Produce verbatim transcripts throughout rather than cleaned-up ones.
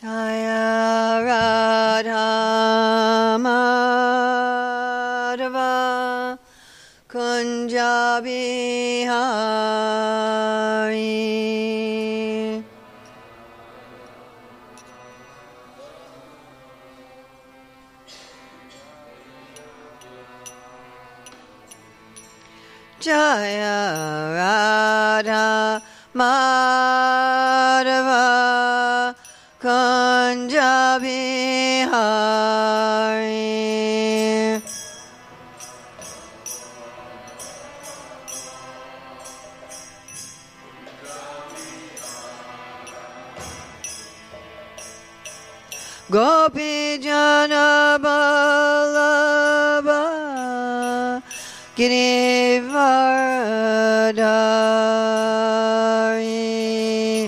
Jaya Radha Madhava Kunja Bihari. Jaya Radha Madhava Kunja Bihari. Gopi Jana Vallabha Girivardhari.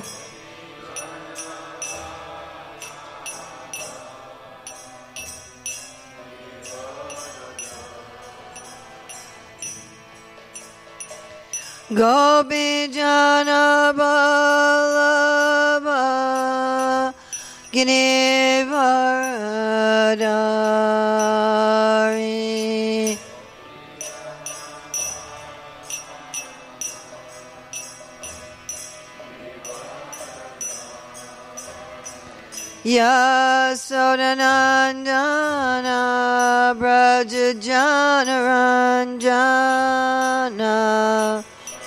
Gopi Jana Vallabha Girivardhari. Yasodanandana Braja Janaranjana.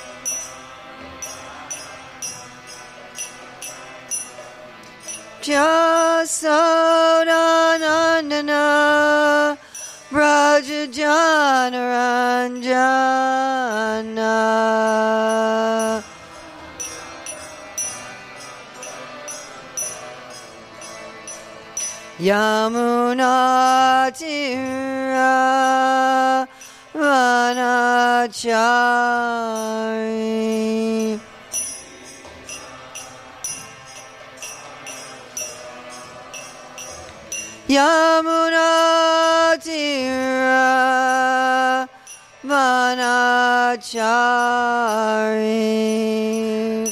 Yasodanandana Braja Janaranjana. Yamuna Tira Vanachari. Yamuna Tira Vanachari.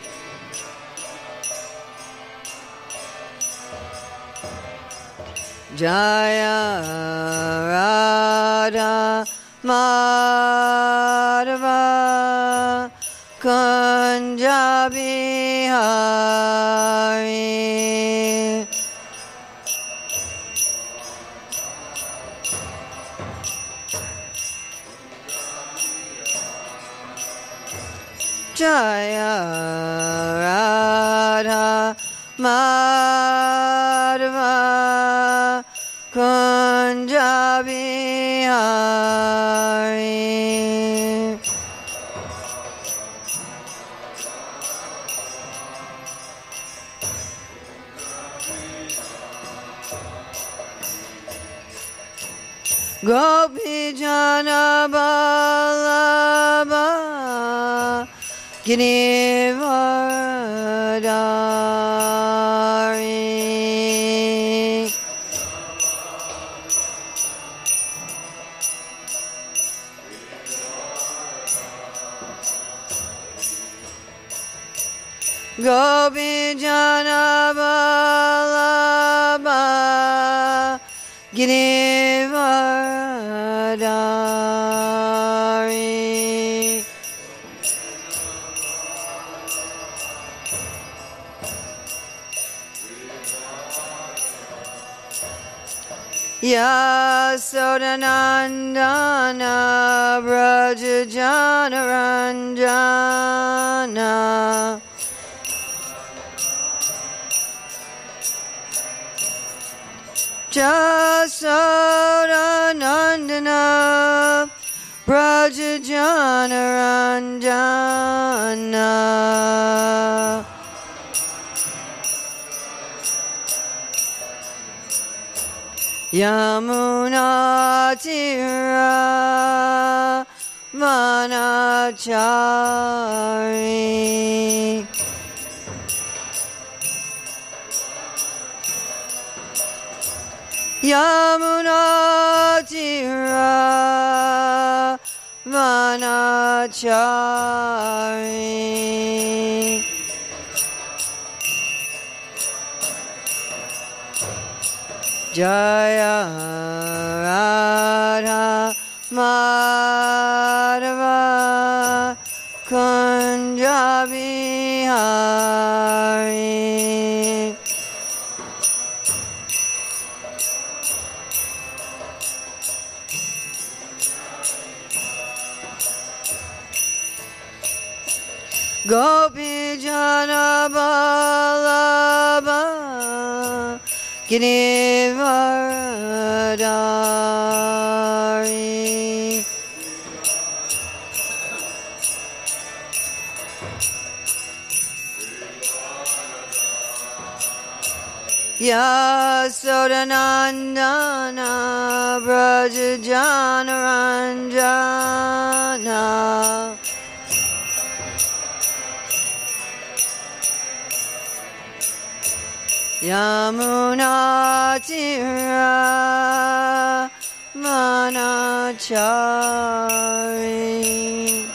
Jaya Radha Madhava Kunja Bihari. Jaya Radha Madhava Kunja Bihari. Gopi Jana Vallabha Girivardhari. Gopi Jana Vallabha Girivardhari. Yasodanandana Braja Janaranjana. Yasodanandana Braja Janaranjana. Yamuna Tira Vanachari. Yamuna Tira Vanachari. Jaya Radha Madhava Kunja Bihari. Gopi Jana Vallabha Girivaradari. Yasodanandana Braja Janaranjana. Yamuna Tira Manachari.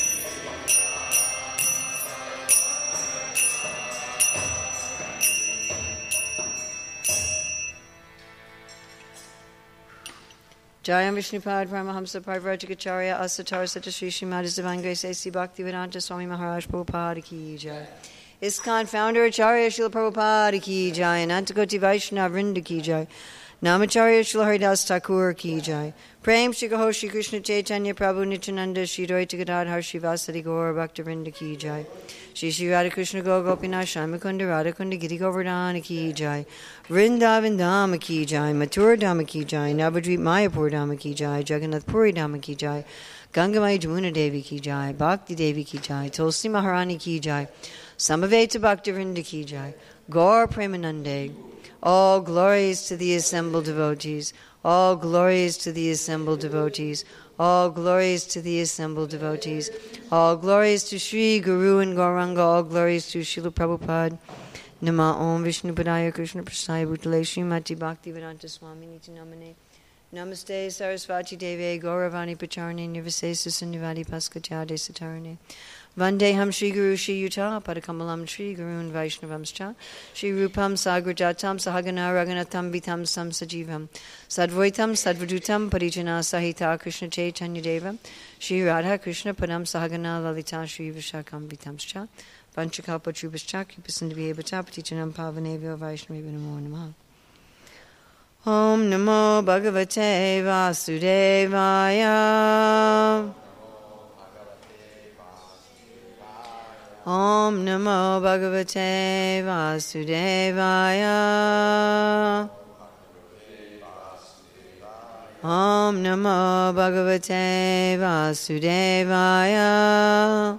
Jayam Vishnupad Paramahamsa Parvrajagacharya Asatar Satyashri Srimad His Divine Grace A C Bhaktivedanta Swami Maharaj Prabhupada Ki Jai. ISKCON founder Acharya Srila Prabhupada Ki Jai. Anantakoti Vaishnava Vrinda Ki Jai. Namacharya Srila Haridas Thakur Ki Jai. Prem Shri Gaho Shri Krishna Chaitanya Prabhu Nityananda Shri Dvaita Gadadhar Srivasadi Gaur Bhakta Vrinda Ki Jai. Shri Shri Radha Krishna Go Gopinath Shamakunda Radha Kunda Giri Govardhana Ki Jai. Vrindavan Dhama Ki Jai. Mathura Dhama Ki Jai. Navadvip Mayapur Dhama Ki Jai. Jagannath Puri Dhama Ki Jai. Gangamai Jamuna Devi Ki Jai. Bhakti Devi Ki Jai. Tulsi Maharani Ki Jai. Samaveta Bhaktivinoda Ki Jai. Gaur Premanande. All glories to the assembled devotees. All glories to the assembled devotees. All glories to the assembled devotees. All glories to Sri Guru and Gauranga. All glories to Srila Prabhupada. Nama Om Vishnu Padaya Krishna Prasaya Bhutale Srimati Bhaktivedanta Swami Niti Namane. Namaste Sarasvati Deve Gauravani Pacharne Nirvisesa Sannivadi Paskachade Satarane. Vandeham Shri Guru Shri Yuta Padakamalam Shri Gurun Vaishnavamscha Shri Rupam Sagrajatam Sahagana Raganatam Vitam Sam Sajivam Sadvaitam Sadvadutam Parijana Sahita Krishna Chaitanya Deva Shri Radha Krishna Padam Sahagana Lalita Shri Vishakam Vitamscha Panchakalpa Trubhascha Kipasandaviyabhata Patichanam Pavanevyo Vaishnava Namo Namaha. Om Namo Bhagavate Vasudevaya. Om Namo Bhagavate Vasudevaya. Om Namo Bhagavate Vasudevaya.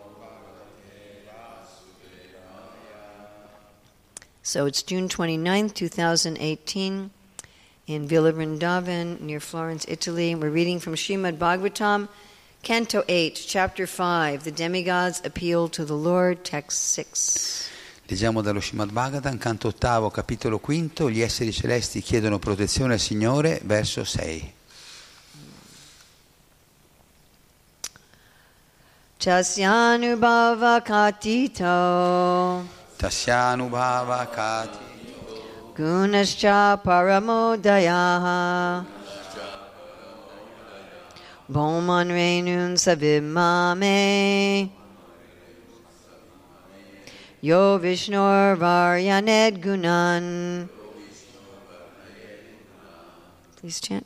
So it's June twenty-ninth, two thousand eighteen, in Villa Vrindavan, near Florence, Italy. We're reading from Srimad Bhagavatam, Canto eight, Chapter five, The Demigods Appeal to the Lord, Text six. Leggiamo dallo Srimad Bhagavatam, canto ottavo, capitolo quinto, gli esseri celesti chiedono protezione al Signore, verso sei. Tasyanubhava katito Tasyanubhava katito Gunascha paramodayaha Bhoman renun savimame Yo Vishnor varyaned gunan. Please chant.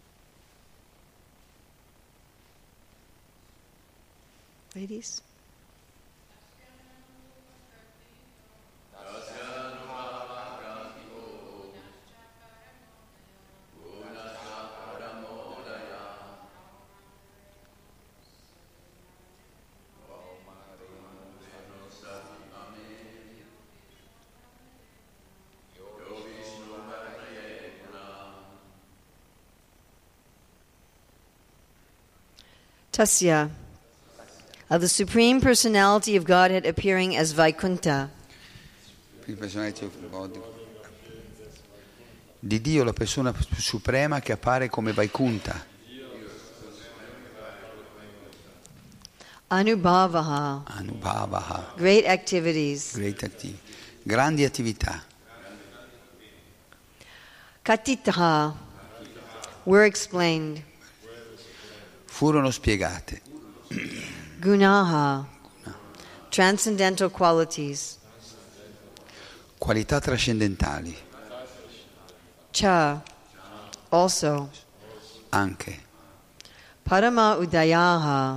Ladies? Tasya, of the Supreme Personality of Godhead appearing as Vaikuntha. Di Dio, la persona suprema che appare come Vaikuntha. Anubhavaha, Anubhavaha, great activities. great activity. Grandi attività. Katitaha, were explained. Furono spiegate. Gunaha, transcendental qualities. Qualità trascendentali. Cha, also. Anche. Parama Udayaha,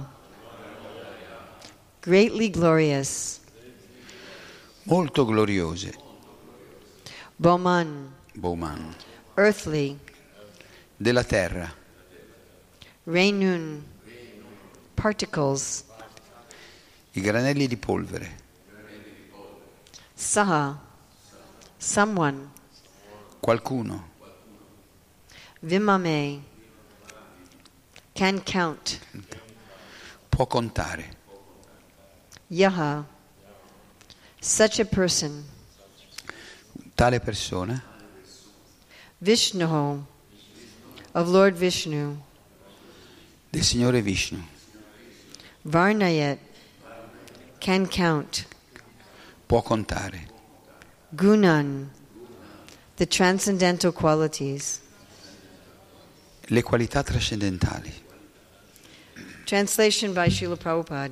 greatly glorious. Molto gloriose. Boman, Bowman. earthly. Della terra. Renun, particles. I granelli di polvere. Saha, someone. Qualcuno. Vimame, can count. Può contare. Yaha, such a person. Tale persona. Vishnu, of Lord Vishnu. Del Signore Vishnu. Varnayat, can count. Può contare. Gunan, the transcendental qualities. Le qualità trascendentali. Translation by Srila Prabhupada.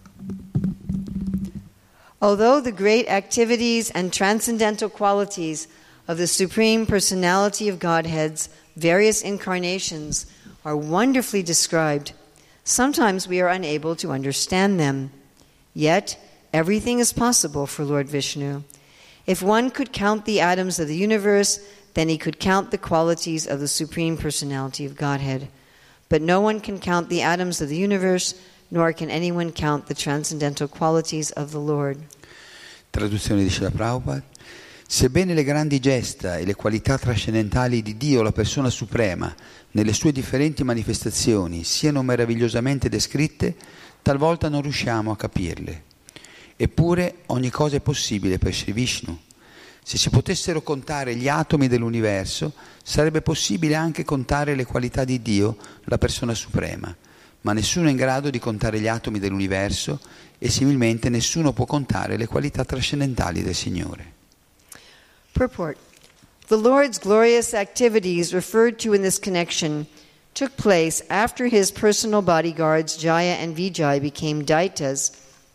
Although the great activities and transcendental qualities of the Supreme Personality of Godhead's various incarnations are wonderfully described, sometimes we are unable to understand them. Yet, everything is possible for Lord Vishnu. If one could count the atoms of the universe, then he could count the qualities of the Supreme Personality of Godhead. But no one can count the atoms of the universe, nor can anyone count the transcendental qualities of the Lord. Traduzione di Srila Prabhupada. Sebbene le grandi gesta e le qualità trascendentali di Dio, la persona suprema, nelle sue differenti manifestazioni, siano meravigliosamente descritte, talvolta non riusciamo a capirle. Eppure ogni cosa è possibile per Sri Vishnu. Se si potessero contare gli atomi dell'universo, sarebbe possibile anche contare le qualità di Dio, la persona suprema. Ma nessuno è in grado di contare gli atomi dell'universo e similmente nessuno può contare le qualità trascendentali del Signore. Purport. The Lord's glorious activities referred to in this connection took place after his personal bodyguards Jaya and Vijay became Daitas,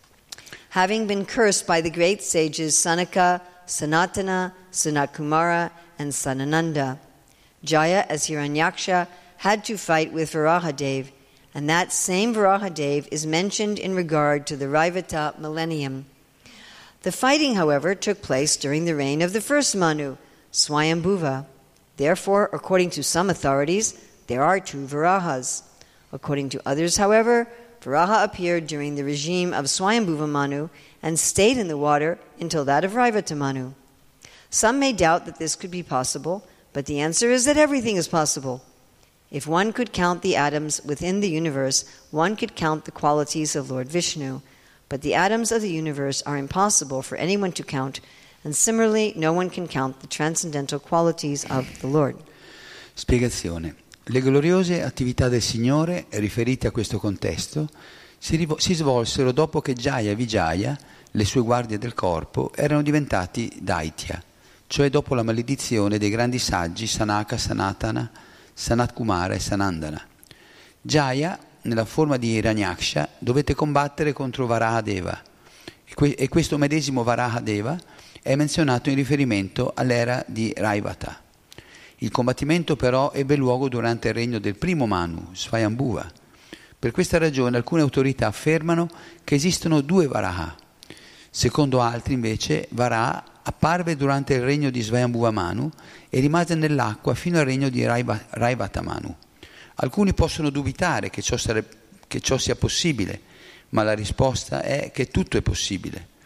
having been cursed by the great sages Sanaka, Sanatana, Sanatkumara, and Sanananda. Jaya, as Hiranyaksha, had to fight with Varahadev, and that same Varahadev is mentioned in regard to the Raivata millennium. The fighting, however, took place during the reign of the first Manu, Swayambhuva. Therefore, according to some authorities, there are two Varahas. According to others, however, Varaha appeared during the regime of Swayambhuva Manu and stayed in the water until that of Raivata Manu. Some may doubt that this could be possible, but the answer is that everything is possible. If one could count the atoms within the universe, one could count the qualities of Lord Vishnu. But the atoms of the universe are impossible for anyone to count, and similarly, no one can count the transcendental qualities of the Lord. Spiegazione. Le gloriose attività del Signore, riferite a questo contesto, si, rivo- si svolsero dopo che Jaya e Vijaya, le sue guardie del corpo, erano diventati Daitya, cioè dopo la maledizione dei grandi saggi Sanaka, Sanatana, Sanatkumara e Sanandana. Jaya, nella forma di Hiranyaksha, dovette combattere contro Varahadeva, e, que- e questo medesimo Varahadeva è menzionato in riferimento all'era di Raivata. Il combattimento però ebbe luogo durante il regno del primo Manu, Swayambhuva. Per questa ragione alcune autorità affermano che esistono due Varaha. Secondo altri invece Varaha apparve durante il regno di Swayambhuva Manu e rimase nell'acqua fino al regno di Raiva- Raivata Manu. Alcuni possono dubitare che ciò, sare- che ciò sia possibile, ma la risposta è che tutto è possibile.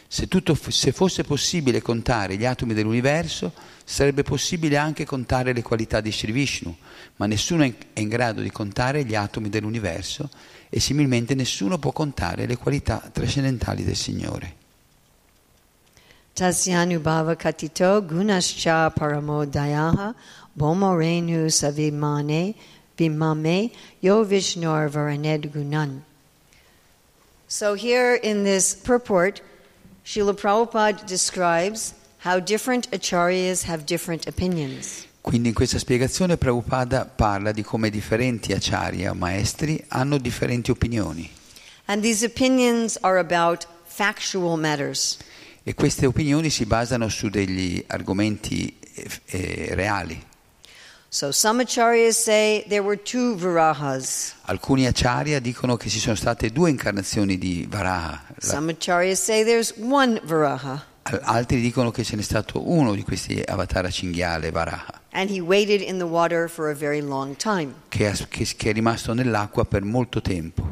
Se, tutto, se fosse possibile contare gli atomi dell'universo, sarebbe possibile anche contare le qualità di Sri Vishnu, ma nessuno è in grado di contare gli atomi dell'universo e similmente nessuno può contare le qualità trascendentali del Signore. Tasyanubhava katito gunascha paramo dayaha bomo renu savimane vimame yo vishnor varaned gunan. So here in this purport, Srila Prabhupada describes how different acharyas have different opinions. Quindi in questa spiegazione Prabhupada parla di come differenti acharya o maestri hanno differenti opinioni. And these opinions are about factual matters. E queste opinioni si basano su degli argomenti eh, eh, reali. So some acharyas say there were two Varahas. Alcuni acharya dicono che ci sono state due incarnazioni di Varaha. Some acharyas say there's one Varaha. Altri dicono che ce n'è stato uno di questi avatara cinghiale, Varaha. And he waited in the water for a very long time. Che, che, che è rimasto nell'acqua per molto tempo.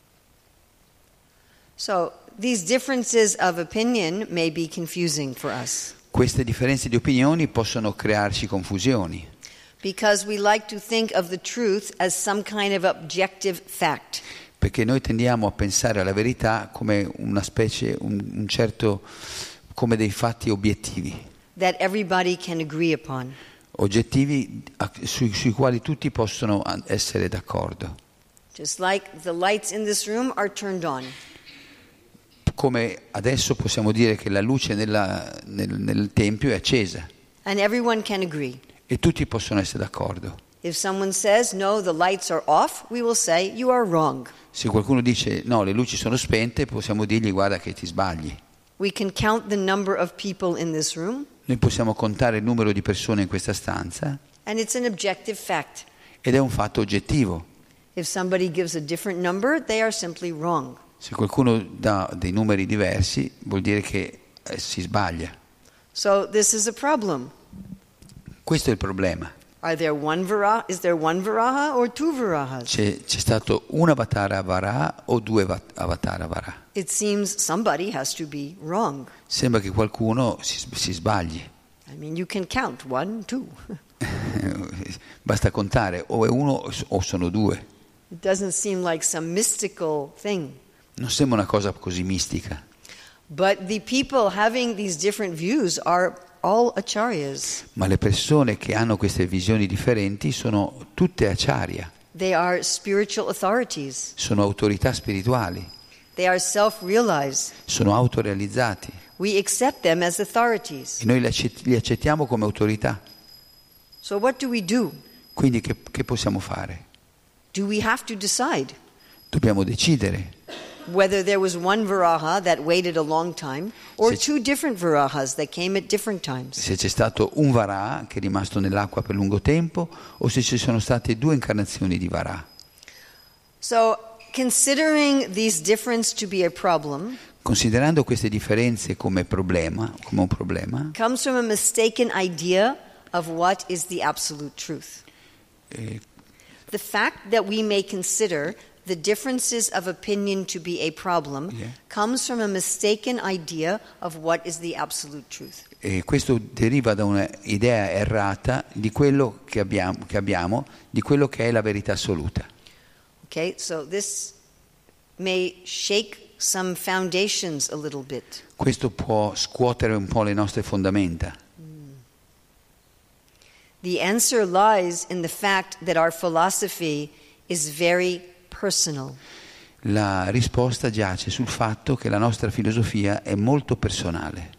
So these differences of opinion may be confusing for us. Queste differenze di opinioni possono crearci confusioni. Because we like to think of the truth as some kind of objective fact. Perché noi tendiamo a pensare alla verità come una specie, un, un certo, come dei fatti obiettivi. That everybody can agree upon. Oggettivi sui, sui quali tutti possono essere d'accordo. Just like the lights in this room are turned on. Come adesso possiamo dire che la luce nella, nel, nel tempio è accesa. And everyone can agree. E tutti possono essere d'accordo. If someone says, no, the lights are off, we will say, you are wrong. Se qualcuno dice, no, le luci sono spente, possiamo dirgli, guarda che ti sbagli. We can count the number of people in this room. Noi possiamo contare il numero di persone in questa stanza. And it's an objective fact. Ed è un fatto oggettivo. If somebody gives a different number, they are simply wrong. Se qualcuno dà dei numeri diversi, vuol dire che eh, si sbaglia. So this is a problem. Questo è il problema. Are there one varaha? Is there one varaha or two varahas? C'è, c'è stato un avatara Varaha o due avatara Varaha? It seems somebody has to be wrong. Sembra che qualcuno si, si sbagli. I mean, you can count one, two. Basta contare, o è uno o sono due. It doesn't seem like some mystical thing. Non sembra una cosa così mistica. But the people having these different views are all acharyas. Ma le persone che hanno queste visioni differenti sono tutte acharya. They are spiritual authorities. Sono autorità spirituali. They are self-realized. Sono autorealizzati. We accept them as authorities. E noi li, accett- li accettiamo come autorità. So what do we do? Quindi che, che possiamo fare? Do we have to decide Dobbiamo decidere whether there was one varaha that waited a long time or Se- two different varahas that came at different times? se c'è stato un Varaha che è rimasto nell'acqua per lungo tempo o se ci sono state due incarnazioni di Varaha. So, considering these differences to be a problem Considerando queste differenze come problema, come un problema, comes from a mistaken idea of what is the absolute truth. eh, The fact that we may consider the differences of opinion to be a problem Yeah. comes from a mistaken idea of what is the absolute truth. e questo deriva da un'idea errata di quello che abbiamo, che abbiamo, di quello che è la verità assoluta. Okay, so this may shake some foundations a little bit. Questo può scuotere un po' le nostre fondamenta. The answer lies in the fact that our philosophy is very personal. La risposta giace sul fatto che la nostra filosofia è molto personale.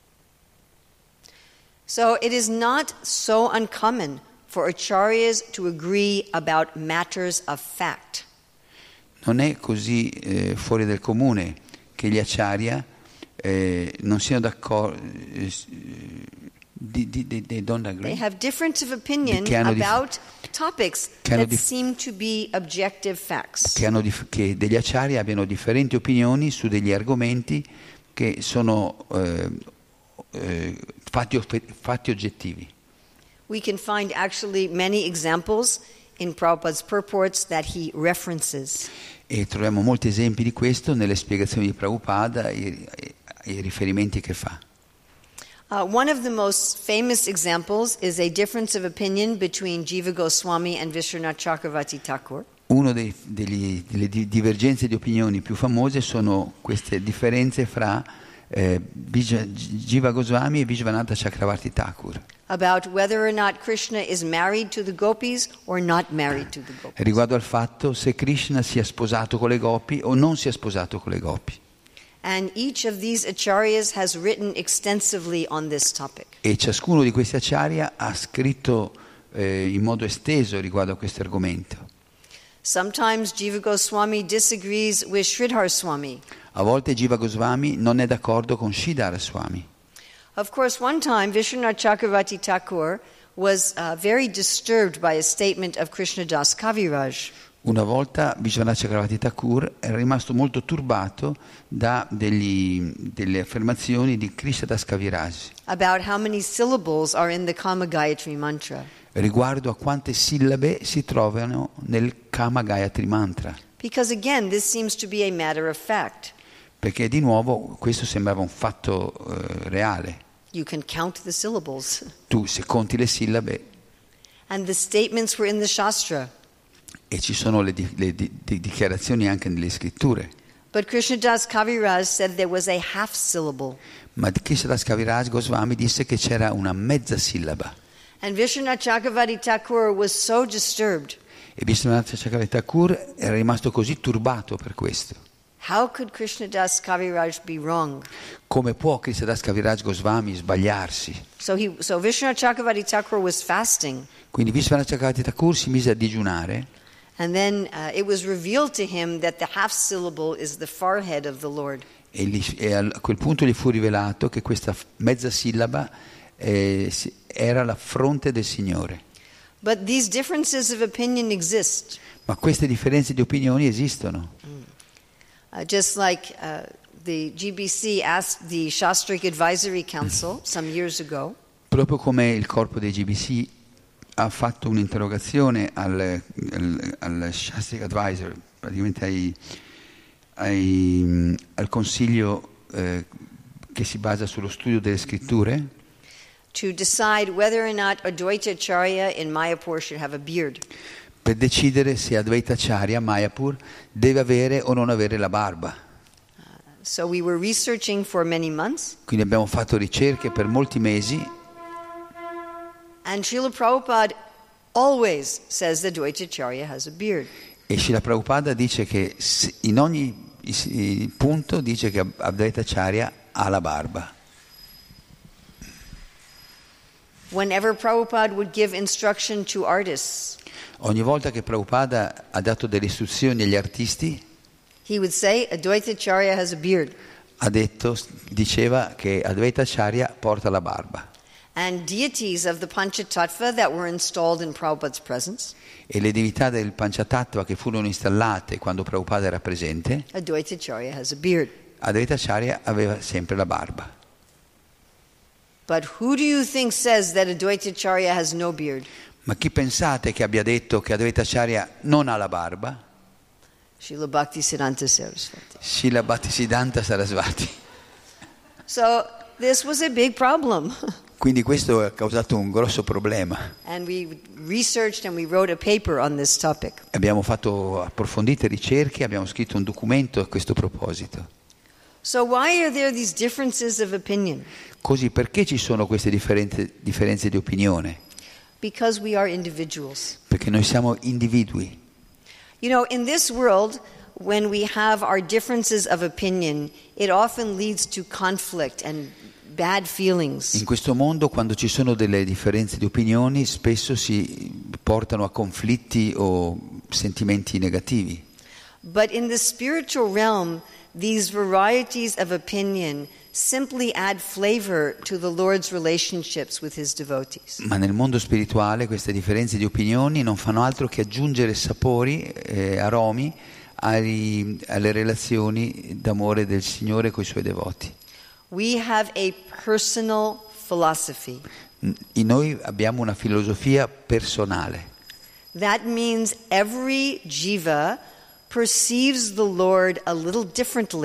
So it is not so uncommon for acharyas to agree about matters of fact. Non è così eh, fuori del comune che gli acharya eh, non siano d'accordo, eh, di, di, di, they don't agree. They have difference of opinion Che hanno dif- about topics che hanno that dif- seem to be objective facts. Che, hanno dif- che degli acharya abbiano differenti opinioni su degli argomenti che sono eh, eh, fatti, fatti oggettivi. We can find actually many examples in Prabhupada's purports that he references. E troviamo molti esempi di questo nelle spiegazioni di Prabhupada, i, i riferimenti che fa. Uh, one of the most famous examples is a difference of opinion between Jiva Goswami and Vishwanath Chakravarti Thakur. Una delle divergenze di opinioni più famose sono queste differenze fra eh, Jiva Goswami e Vishwanath Chakravarti Thakur. About whether or not Krishna is married to the gopis or not married to the gopis. Riguardo al fatto se Krishna sia sposato con le gopi o non sia sposato con le gopi. And each of these acharyas has written extensively on this topic. E ciascuno di questi acharya ha scritto eh, in modo esteso riguardo a questo argomento. Sometimes Jiva Goswami disagrees with Sridhar Swami. A volte Jiva Goswami non è d'accordo con Sridhar Swami. Of course, one time Vishwanath Chakravarti Thakur was uh, very disturbed by a statement of Krishnadas Kaviraj. Una volta Vishwanath Chakravarti Thakur era rimasto molto turbato da degli, delle affermazioni di Krishnadas Kaviraj about how many syllables are in the Kama Gayatri mantra. Riguardo a quante sillabe si trovano nel Kama Gayatri mantra. Because again, this seems to be a matter of fact. Perché di nuovo questo sembrava un fatto eh, reale. You can count the syllables. Tu se conti le sillabe. And the statements were in the Shastra. E ci sono le, di, le di, di dichiarazioni anche nelle scritture. But Krishnadas Kaviraj said there was a half syllable. Ma Krishnadas Kaviraj Goswami disse che c'era una mezza sillaba. And Vishwanath Chakravarti Thakur was so disturbed. E Vishwanath Chakravarti Thakur era rimasto così turbato per questo. How could Krishnadas Kaviraj be wrong? Come può Krishnadas Kaviraj Goswami sbagliarsi? So he, so Vishwanath Chakravarti Thakur was fasting. Quindi Vishwanath Chakravarti Thakur si mise a digiunare. And then uh, it was revealed to him that the half syllable is the forehead of the Lord. E, gli, e a quel punto gli fu rivelato che questa mezza sillaba eh, era la fronte del Signore. But these differences of opinion exist. Ma queste differenze di opinioni esistono. Mm. Uh, just like uh, the G B C asked the Shastric Advisory Council some years ago. Proprio come il corpo dei G B C ha fatto un'interrogazione al, al, al Shastric Advisor, praticamente ai, ai, al consiglio eh, che si basa sullo studio delle scritture, to decide whether or not Advaita Acharya in Mayapur should have a beard. Per decidere se Advaita Acharya Mayapur deve avere o non avere la barba. Uh, so we were researching for many months. Quindi abbiamo fatto ricerche per molti mesi. And Srila Prabhupada always says that Advaita Acharya has a beard. E Srila Prabhupada dice che in ogni punto dice che Advaita Acharya ha la barba. Whenever Prabhupada would give instruction to artists, ogni volta che Prabhupada ha dato delle istruzioni agli artisti, he would say Advaita Acharya has a beard. Ha detto, diceva che Advaita Acharya porta la barba. And deities of the Panchatattva that were installed in Prabhupada's presence, e le divinità del Panchatattva che furono installate quando Prabhupada era presente, Advaita Acharya has a beard. Advaita Acharya aveva sempre la barba. But who do you think says that Advaita Acharya has no beard? Ma chi pensate che abbia detto che Advaita Acharya non ha la barba? Srila Bhaktisiddhanta Saraswati. Srila Bhaktisiddhanta Saraswati. So this was a big problem. Quindi questo ha causato un grosso problema. And we researched and we wrote a paper on this topic. Abbiamo fatto approfondite ricerche, abbiamo scritto un documento a questo proposito. So why are there these differences of opinion? Così perché ci sono queste differenze, differenze di opinione? Because we are individuals. Perché noi siamo individui. You know, in this world, when we have our differences of opinion, it often leads to conflict and bad feelings. In questo mondo, quando ci sono delle differenze di opinioni, spesso si portano a conflitti o sentimenti negativi. But in the spiritual realm, these varieties of opinion simply add flavor to the Lord's relationships with his devotees. Ma nel mondo spirituale queste differenze di opinioni non fanno altro che aggiungere sapori e aromi ai, alle relazioni d'amore del Signore con i suoi devoti. We have a personal philosophy. In noi abbiamo una filosofia personale. That means every jiva perceives the Lord a little differently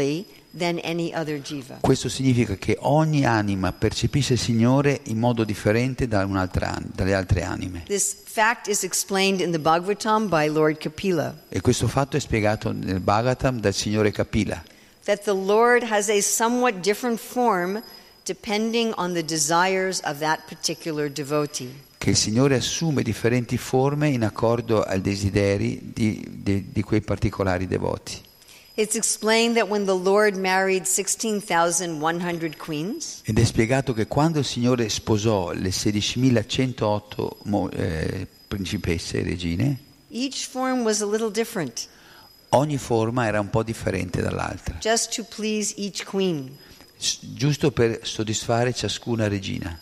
than any other jiva. Questo significa che ogni anima percepisce il Signore in modo differente da un'altra, dalle altre anime. This fact is explained in the Bhagavatam by Lord Kapila. E questo fatto è spiegato nel Bhagavatam dal Signore Kapila. That the Lord has a somewhat different form depending on the desires of that particular devotee. Che il Signore assume differenti forme in accordo ai desideri di, di, di quei particolari devoti. It's explained that when the Lord married sixteen thousand one hundred queens, Ed è spiegato che quando il Signore sposò le sedicimilacentotto mo- eh, principesse e regine, each form was a little different, ogni forma era un po' differente dall'altra, just to please each queen. s- giusto per soddisfare ciascuna regina.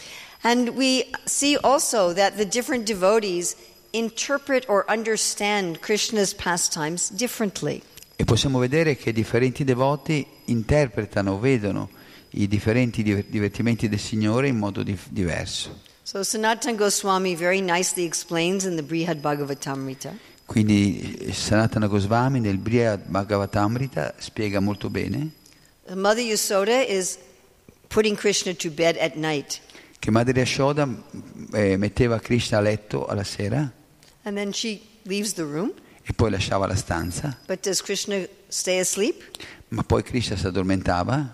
And we see also that the different devotees interpret or understand Krishna's pastimes differently. E possiamo vedere che differenti devoti interpretano, vedono i differenti diver- divertimenti del Signore in modo dif- diverso. So Sanatana Goswami very nicely explains in the Brihad Bhagavatamrita Quindi eh, Sanatana Goswami nel Brihad Bhagavatamrita spiega molto bene Mother Yasoda is putting Krishna to bed at night. che Madre Yashoda eh, metteva Krishna a letto alla sera And then she leaves the room. e poi lasciava la stanza, But does Krishna stay asleep? ma poi Krishna si addormentava,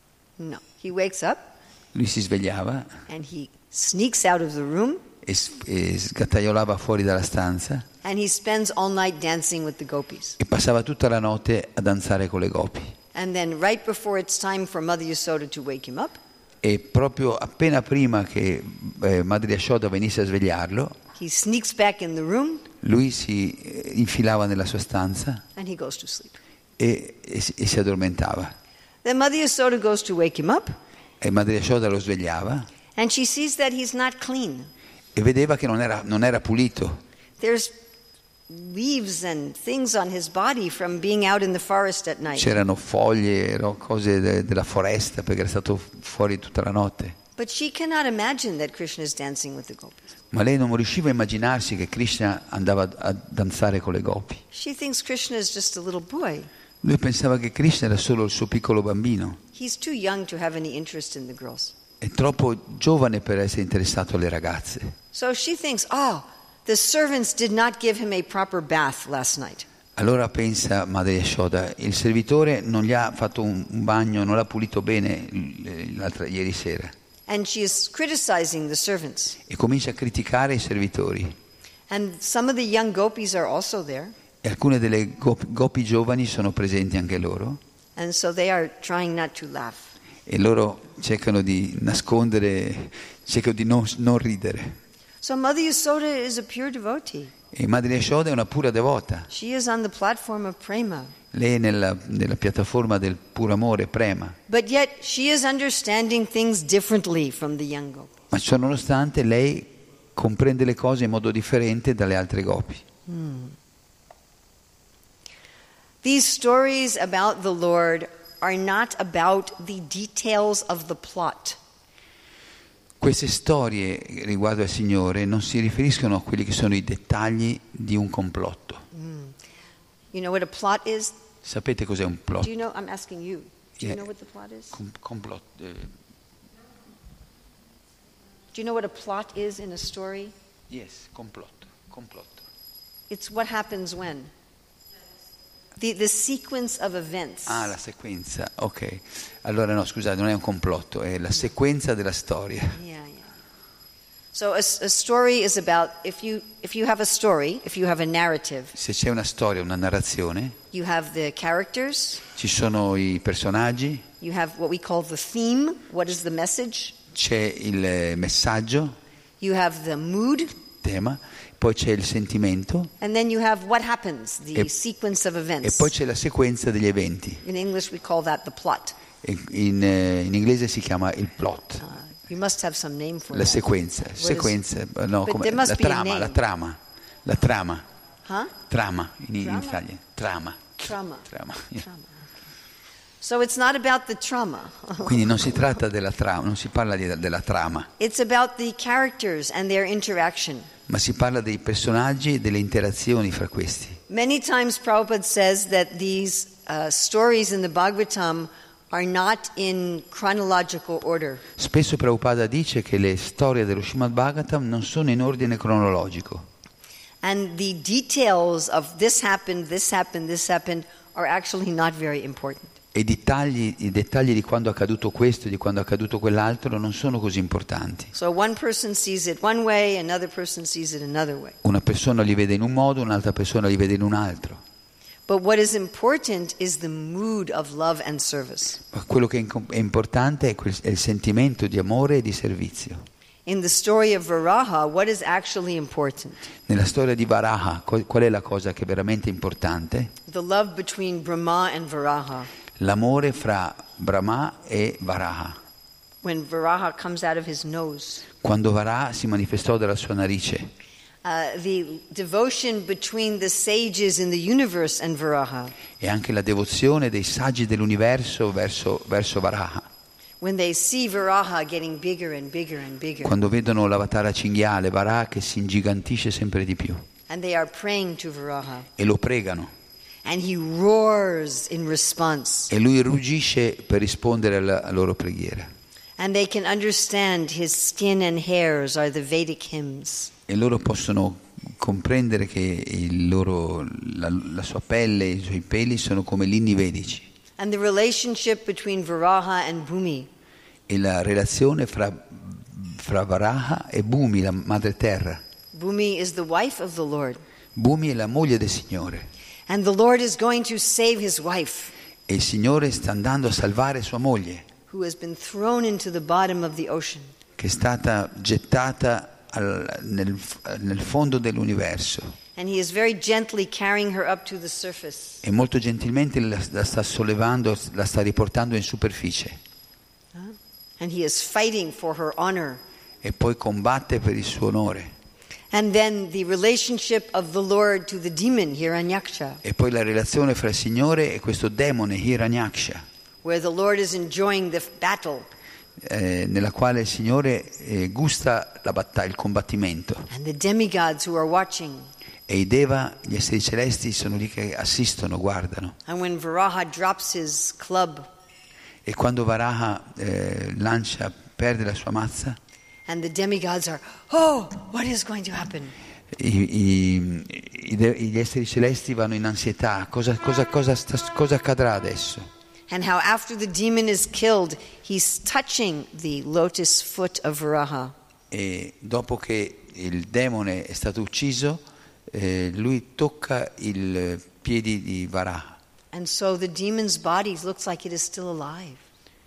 No. He wakes up lui si svegliava and he sneaks out of the room e, s- e sgattaiolava fuori dalla stanza and he spends all night dancing with the gopis. e passava tutta la notte a danzare con le gopi. And then right before it's time for Mother Yasoda to wake him up, E proprio appena prima che eh, Madre Yashoda venisse a svegliarlo, he sneaks back in the room lui si eh, infilava nella sua stanza and he goes to sleep. e, e si- e si addormentava. Then Mother Yasoda goes to wake him up E Madre Yashoda lo svegliava and she sees that he's not clean. e vedeva che non era, non era pulito. There's leaves and things on his body from being out in the forest at night. C'erano foglie, ro- cose de- della foresta perché era stato fuori tutta la notte. But she cannot imagine that Krishna is dancing with the gopis. Ma lei non riusciva a immaginarsi che Krishna andava a danzare con le gopi. She thinks Krishna is just a little boy. Lui pensava che Krishna era solo il suo piccolo bambino. He's too young to have any interest in the girls. È troppo giovane per essere interessato alle ragazze. So she thinks, oh, the servants did not give him a proper bath last night. Allora pensa Madre Yashoda, il servitore non gli ha fatto un un bagno, non l'ha pulito bene l- l'altra, ieri sera. And she is criticizing the servants. E comincia a criticare i servitori. And some of the young gopis are also there. E alcune delle gopi, gopi giovani sono presenti anche loro. And so they are trying not to laugh. E loro cercano di nascondere, cercano di non, non ridere. So Mother Yasoda is a pure devotee. E Madre Yashoda è una pura devota. She is on the platform of prema. Lei è nella, nella piattaforma del puro amore, prema. But yet she is understanding things differently from the young gopis. Ma ciò nonostante lei comprende le cose in modo differente dalle altre gopi. These stories about the Lord are not about the details of the plot. Queste storie riguardo al Signore non si riferiscono a quelli che sono i dettagli di un complotto. You know what a plot is? Sapete cos'è un Do plot? you know? I'm asking you. Do you Yeah. know what the plot is? Com- complot, eh, Do you know what a plot is in a story? yes, complotto, complotto. It's what happens when. The, the sequence of events. Ah, la sequenza, ok. Allora no, scusate, non è un complotto, è la sequenza della storia. Yeah, yeah. So a, a story is about, if you, if you have a story, if you have a narrative, Se c'è una storia, una narrazione, you have the characters, ci sono i personaggi, you have what we call the theme, what is the message, c'è il eh, messaggio, you have the mood, tema, poi c'è il sentimento and then you have what happens, the E- sequence of e events. poi c'è la sequenza degli eventi. In English we call that the plot. E In, eh, in inglese si chiama il plot, Uh, you must have some name for la that. sequenza, What is- sequenza, no, But come- there must la be a trama, name. la trama, la trama, Huh? trama in, in Trama? Italia, trama, Trauma. trama. yeah. Trauma. So it's not about the trauma. Quindi non si tratta della trama, non si parla di- della trama, It's about the characters and their interaction. ma si parla dei personaggi e delle interazioni fra questi. Many times Prabhupada says that these uh, stories in the Bhagavatam are not in chronological order. Spesso Prabhupada dice che le storie dello Srimad Bhagavatam non sono in ordine cronologico. And the details of this happened, this happened, this happened are actually not very important. E i dettagli, i dettagli di quando è accaduto questo e di quando è accaduto quell'altro non sono così importanti. So one person sees it one way, another person sees it another way. Una persona li vede in un modo, un'altra persona li vede in un altro. But what is important is the mood of love and service. Ma quello che è importante è, quel, è il sentimento di amore e di servizio. In the story of Varaha, what is actually important? Nella storia di Varaha, qual è la cosa che è veramente importante? The love between Brahma and Varaha. L'amore fra Brahma e Varaha. When Varaha comes out of his nose. Quando Varaha si manifestò dalla sua narice. Uh, the devotion between the sages in the universe and Varaha. E anche la devozione dei saggi dell'universo verso, verso Varaha. When they see Varaha getting bigger and bigger and bigger. Quando vedono l'avatara cinghiale, Varaha che si ingigantisce sempre di più. And they are praying to Varaha. E lo pregano. And he roars in response. E lui ruggisce per rispondere alla, alla loro preghiera. And they can understand his skin and hairs are the Vedic hymns. E loro possono comprendere che il loro, la, la sua pelle e i suoi peli sono come gli inni vedici. And the relationship between Varaha and Bhumi. E la relazione fra, fra Varaha e Bhumi, la madre terra. Bhumi is the wife of the Lord. Bhumi è la moglie del Signore. And the Lord is going to save his wife. E il Signore sta andando a salvare sua moglie, Who has been thrown into the bottom of the ocean. che è stata gettata al, nel, nel fondo dell'universo. And he is very gently carrying her up to the surface. E molto gentilmente la, la sta sollevando, la sta riportando in superficie. Huh? And he is fighting for her honor. E poi combatte per il suo onore. And then the relationship of the Lord to the demon Hiranyaksha, E poi la relazione fra il Signore e questo demone Hiranyaksha, where the Lord is enjoying the battle. eh, nella quale il Signore eh, gusta la battaglia, il combattimento. And the demigods who are watching. E i Deva, gli esseri celesti, sono lì che assistono, guardano. And when Varaha drops his club, E quando Varaha eh, lancia, perde la sua mazza, and the demigods are, oh, what is going to happen? I, i, i de, gli esseri celesti vanno in ansietà. Cosa, cosa, cosa, sta, cosa accadrà adesso? And how after the demon is killed, he's touching the lotus foot of Varaha. E dopo che il demone è stato ucciso, eh, lui tocca i piedi di Varaha. And so the demon's body looks like it is still alive.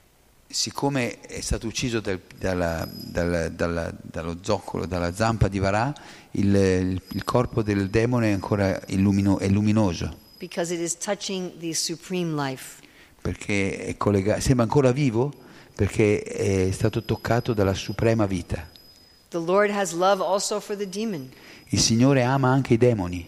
Siccome è stato ucciso dal, dalla, dalla, dalla, dallo zoccolo, dalla zampa di Varaha, il, il, il corpo del demone è ancora illumino, è luminoso. Because it is touching the supreme life. Perché è collega- sembra ancora vivo perché è stato toccato dalla suprema vita. The Lord has love also for the demon. Il Signore ama anche i demoni.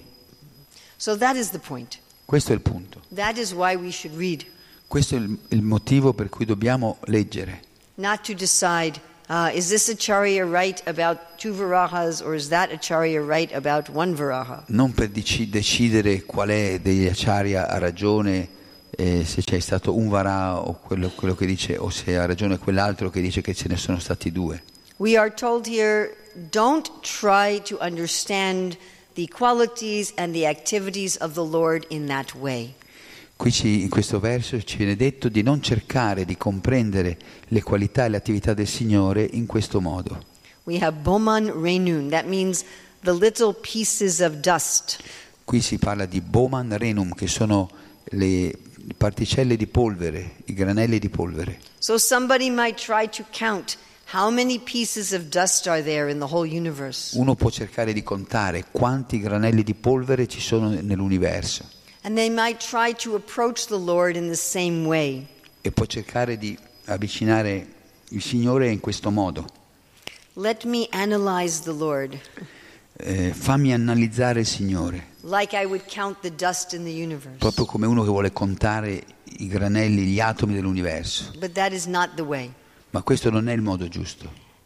So that is the point. Questo è il punto. That is why we should read. Questo è il, il motivo per cui dobbiamo leggere. Not to decide, uh, is this acharya right about two Varahas or is that acharya right about one Varaha? Non per dec- decidere qual è degli acharya ha ragione, eh, se c'è stato un Varaha o quello, quello che dice, o se ha ragione quell'altro che dice che ce ne sono stati due. We are told here, don't try to understand the qualities and the activities of the Lord in that way. Qui ci, in questo verso ci viene detto di non cercare di comprendere le qualità e le attività del Signore in questo modo. We have Boman Renun, that means the little pieces of dust. Qui si parla di Boman Renum, che sono le particelle di polvere, i granelli di polvere. So somebody might try to count how many pieces of dust are there in the whole universe. Uno può cercare di contare quanti granelli di polvere ci sono nell'universo. And they might try to approach the Lord in the same way. E può cercare di avvicinare il Signore in questo modo. Let me analyze the Lord. Eh, fammi analizzare il Signore, Like I would count the dust in the universe. proprio come uno che vuole contare i granelli, gli atomi dell'universo. But that is not the way. Ma questo non è il modo giusto.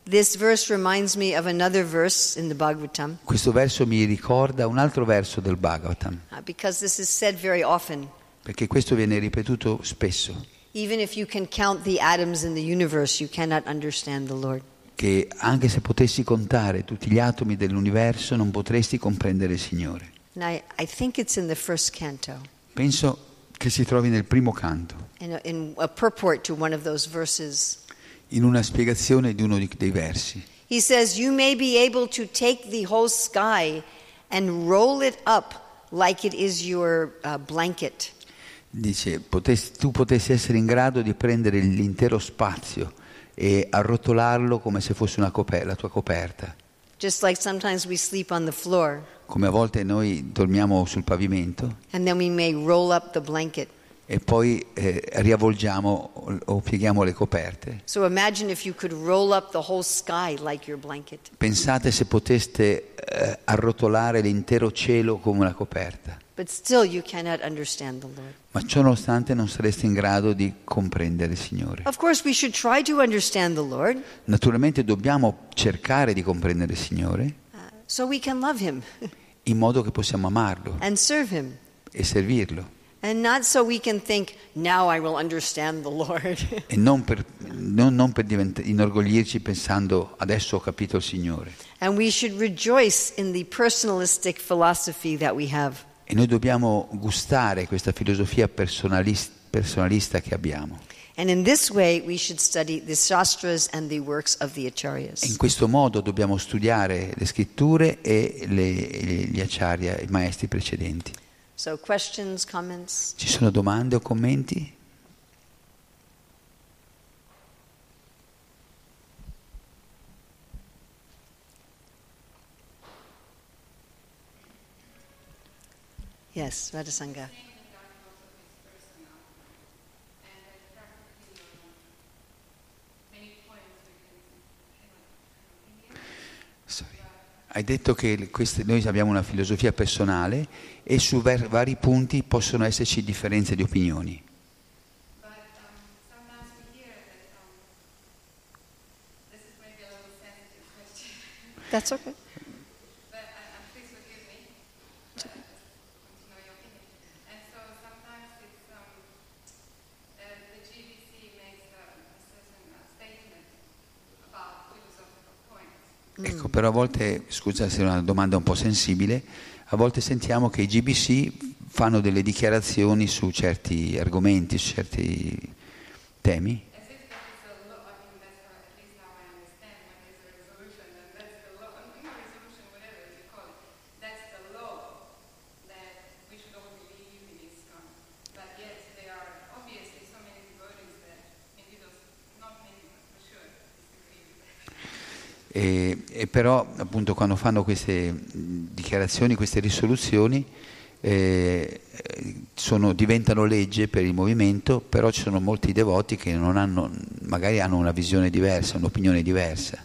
This verse reminds me of another verse in the Bhagavatam, Questo verso mi ricorda un altro verso del Bhagavatam, uh, because this is said very often. perché questo viene ripetuto spesso, Even if you can count the atoms in the universe, you cannot understand the Lord. che anche se potessi contare tutti gli atomi dell'universo non potresti comprendere il Signore. And I, I think it's in the first canto, Penso che si trovi nel primo canto, in a, in a purport to one of those verses. in una spiegazione di uno di- dei versi. He says, you may be able to take the whole sky and roll it up like it is your uh, blanket. Dice, potessi- tu potessi essere in grado di prendere l'intero spazio e arrotolarlo come se fosse una coper- la tua coperta. Just like sometimes we sleep on the floor, Come a volte noi dormiamo sul pavimento and then we may roll up the blanket. e poi eh, riavvolgiamo o, o pieghiamo le coperte. So imagine if you could roll up the whole sky like your blanket. Pensate se poteste eh, arrotolare l'intero cielo come una coperta. But still you cannot understand the Lord. Ma ciò nonostante non sareste in grado di comprendere il Signore. Of course, we should try to understand the Lord Naturalmente dobbiamo cercare di comprendere il Signore uh, so we can love Him in modo che possiamo amarlo and serve Him. e servirlo. And not so we can think, now I will understand the Lord. E non per, non, non per divent- inorgoglirci pensando adesso ho capito il Signore. And we should rejoice in the personalistic philosophy that we have. E noi dobbiamo gustare questa filosofia personalis- personalista che abbiamo. And in this way, we should study the Shastras and the works of the E in Acharyas. questo modo dobbiamo studiare le scritture e le, gli acharya, i maestri precedenti. So questions, comments? Ci sono domande o commenti? Yes, Radhasanga. Sorry. Hai detto che le- queste- noi abbiamo una filosofia personale e su ver- vari punti possono esserci differenze di opinioni. But um, sometimes we hear that um, this is maybe a little sensitive question, That's okay. but uh, uh, please forgive me. But I just want to know your opinion. And so sometimes it's um, uh, the G B C makes a, a certain uh, statement about philosophical points. Ecco, però a volte, scusa se è una domanda un po' sensibile, a volte sentiamo che i G B C fanno delle dichiarazioni su certi argomenti, su certi temi, As if that is a law. I mean, that's how, at least how I understand when there's a resolution, and that's the law. I mean, a resolution, whatever you call it, that's the law that we should all believe in ISKCON. But yet there are obviously so many devotees that maybe those, not many, but for sure, disagree with that. e, e però appunto quando fanno queste mh, dichiarazioni, queste risoluzioni, eh, sono, diventano legge per il movimento, però ci sono molti devoti che non hanno, magari hanno una visione diversa, un'opinione diversa.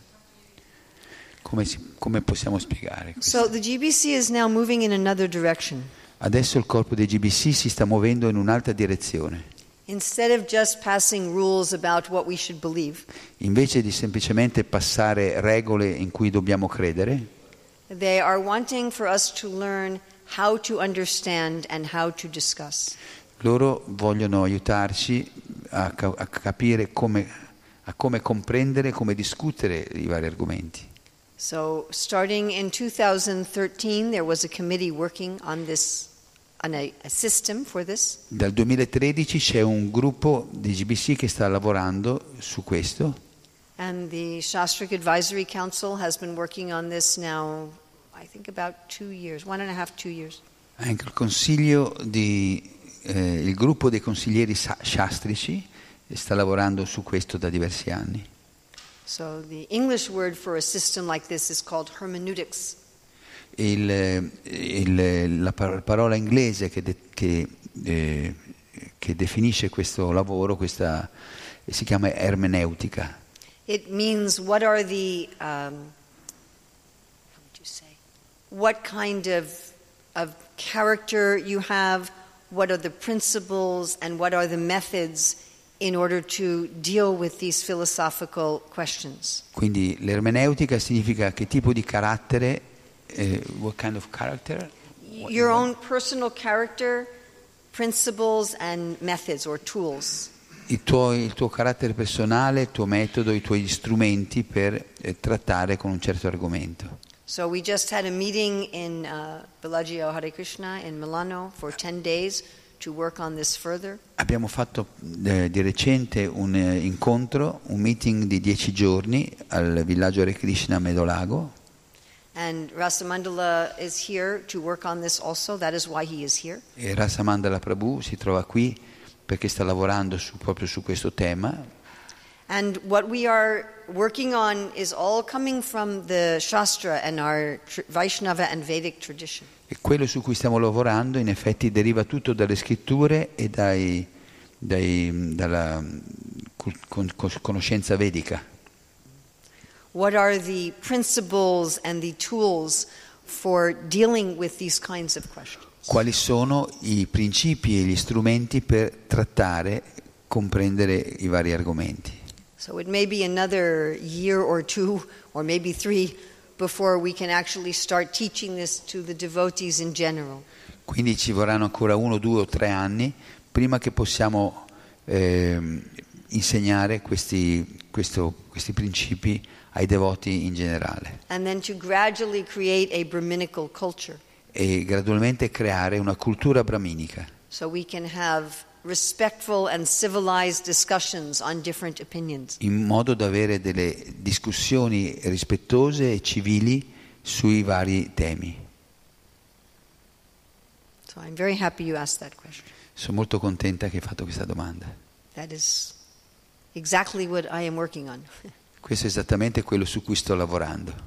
Come, si- come possiamo spiegare questo? So the G B C is now moving in another direction. Adesso il corpo dei G B C si sta muovendo in un'altra direzione. Instead of just passing rules about what we should believe, Invece di semplicemente passare regole in cui dobbiamo credere, they are wanting for us to learn how to understand and how to discuss. loro vogliono aiutarci a, ca- a capire come, a come comprendere, come discutere i vari argomenti. So starting in two thousand thirteen, there was a committee working on this, on a, a system for this. Dal duemilatredici c'è un gruppo di G B C che sta lavorando su questo And the Shastric Advisory Council has been working on this now, I think about two years, one and a half, two years. anche il consiglio di, eh, il gruppo dei consiglieri sa- shastrici sta lavorando su questo da diversi anni. So the English word for a system like this is called hermeneutics. Il, il- la par- parola inglese che, de- che, eh, che definisce questo lavoro questa, si chiama ermeneutica. It means what are the, um, how would you say, what kind of, of character you have, what are the principles, and what are the methods in order to deal with these philosophical questions. Quindi l'ermeneutica significa che tipo di carattere, eh, what kind of character? Your own personal character, principles and methods or tools. Il tuo, il tuo carattere personale, il tuo metodo, i tuoi strumenti per eh, trattare con un certo argomento. So we just had a meeting in uh, Bellagio Hare Krishna in Milano for ten days to work on this further. Abbiamo fatto eh, di recente un eh, incontro, un meeting di dieci giorni al villaggio Hare Krishna a Medolago. And Rasamandala is here to work on this also. That is why he is here. E Rasamandala Prabhu si trova qui perché sta lavorando su, proprio su questo tema. And what we are working on is all coming from the Shastra and our tr- Vaishnava and Vedic tradition. E quello su cui stiamo lavorando in effetti deriva tutto dalle scritture e dai, dai, dalla con, con, conoscenza vedica. What are the principles and the tools for dealing with these kinds of questions? Quali sono i principi e gli strumenti per trattare, comprendere i vari argomenti? So it may be another year or two or maybe three before we can actually start teaching this to the devotees in general. Quindi ci vorranno ancora uno, due o tre anni prima che possiamo eh, insegnare questi, questo, questi principi ai devoti in generale. And then to gradually create a Brahminical culture. E gradualmente creare una cultura brahminica. So we can have respectful and civilized discussions on different opinions. In modo da avere delle discussioni rispettose e civili sui vari temi. So I'm very happy you asked that question. Sono molto contenta che hai fatto questa domanda. That is exactly what I am working on. Questo è esattamente quello su cui sto lavorando.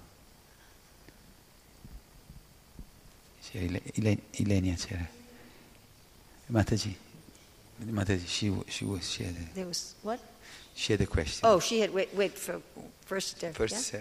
C'era Ile- Ile- Ilenia c'era. Mataji. Mataji, she, she, was, she, had a, There was what? she had a question. Oh, she had wait wait for first there. First, yeah? Sarah.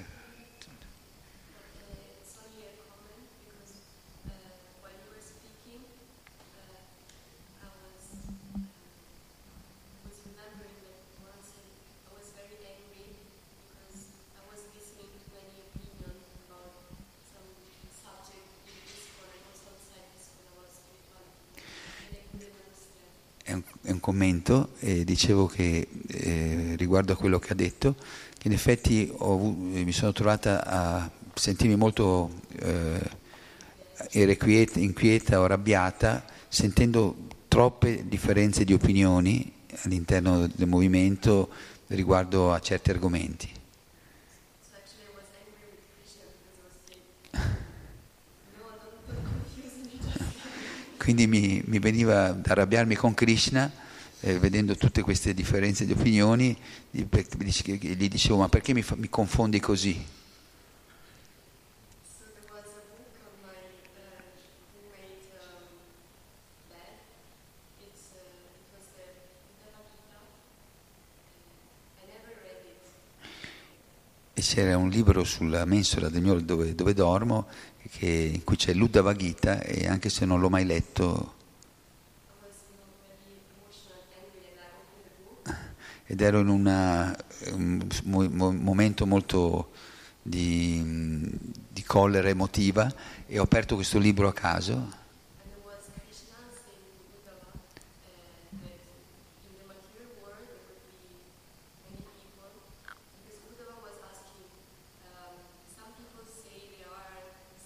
It's only a comment because uh, while you were speaking, uh, I was uh, was remembering that once I, I was very angry because I was listening to many opinions about some subject in Discord and also outside Discord. I was spirituality and I couldn't understand. È un, è un commento e dicevo che eh, riguardo a quello che ha detto, che in effetti ho, avu- mi sono trovata a sentirmi molto eh, irrequieta, inquieta o arrabbiata, sentendo troppe differenze di opinioni all'interno del movimento riguardo a certi argomenti. So actually I was angry with Krishna because I was saying, no, don't, don't confuse me. Just Quindi mi, mi veniva da arrabbiarmi con Krishna, eh, vedendo tutte queste differenze di opinioni, gli per- gli dicevo: ma perché mi, fa- mi confondi così? So there was a book on my uh, who made um, that. It's uh, it was the Bhagavad Gita. I never read it. E c'era un libro sulla mensola del mio dove, dove dormo, che, in cui c'è l'Uddhava Gita, e anche se non l'ho mai letto, I was you know very emotional, angry, and I opened the book. ed ero in una- un mo- mo- momento molto di, di collera emotiva, e ho aperto questo libro a caso. And there was Krishna saying to Uddhava uh, that in the material world there would be many people. Because Uddhava was asking, um, some people say there are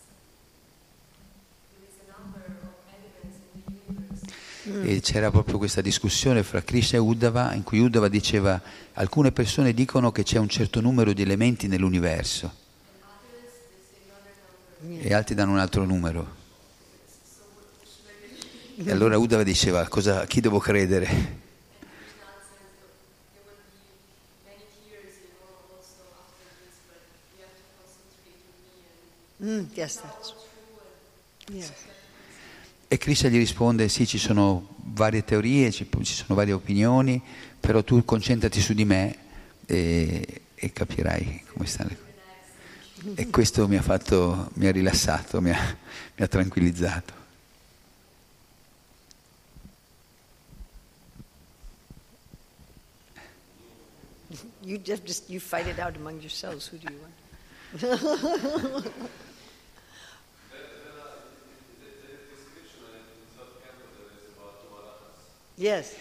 there is a number of elements in the universe. E c'era proprio questa discussione fra Krishna e Uddhava, in cui Uddhava diceva: alcune persone dicono che c'è un certo numero di elementi nell'universo, e altri danno un altro numero. E allora Uddhava diceva: cosa, a chi devo credere? Krishna answered, there will be many tears, you know, also after this, but we have to concentrate on me and Mm, yes, that's yes. E Krishna gli risponde: sì, ci sono varie teorie, ci, ci sono varie opinioni, però tu concentrati su di me e, e capirai come stanno le cose. E questo mi ha fatto, mi ha rilassato, mi ha, mi ha tranquillizzato. You just, just you fight it out among yourselves. Who do you want? Yes.